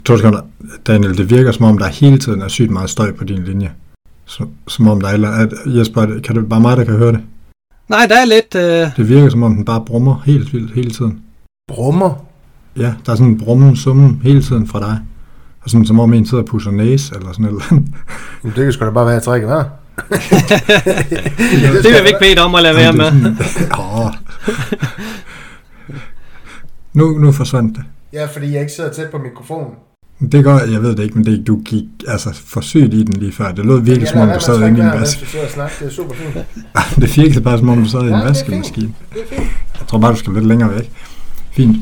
To sekunder. Daniel, det virker som om, der hele tiden er sygt meget støj på din linje. Som om der er... Jesper, kan det bare mig, der kan høre det? Nej, der er lidt... Det virker som om, den bare brummer helt vildt hele tiden. Brummer? Ja, der er sådan en brummen, summen hele tiden fra dig. Og sådan som om en sidder og pusser næse, eller sådan noget. Det kan sgu da bare være at trække, hva'? Det vil vi ikke bede om at lade være med. Nu forsvandt det. Ja, fordi jeg ikke sidder tæt på mikrofonen. Det gør jeg ved det ikke, men det, du gik altså for sygt i den lige før. Det lød virkelig som om, du sad inde i en vask. Det er super fint. Det virkede bare som om, du sad i en vaskemaskine. Det er fint. Jeg tror bare, du skal lidt længere væk. Fint.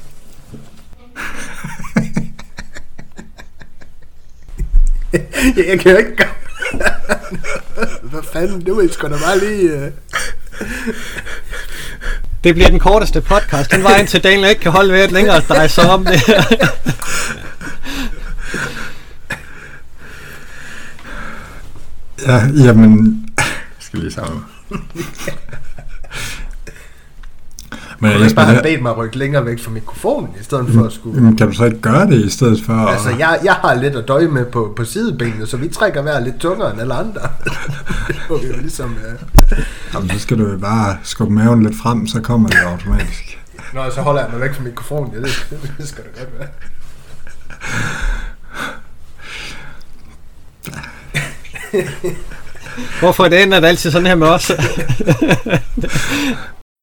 Jeg kan jo ikke gøre. Hvad fanden, det var sgu da bare lige... Det bliver den korteste podcast. Den vej indtil Daniel ikke kan holde ved et længere dreje sig om det. Ja, jamen... Skal lige sammen. Men jeg bare have bedt mig at rykke længere væk fra mikrofonen, i stedet for at skulle... Kan du så ikke gøre det, i stedet for... Altså, jeg har lidt at døje med på sidebenene, så vi trækker hver lidt tungere end alle andre. Det var jo ligesom... Jamen, så skal du jo bare skubbe maven lidt frem, så kommer det automatisk. Nå, så holder jeg mig væk fra mikrofonen. Ja, det skal det godt være. Hvorfor det ender det altid sådan her med os?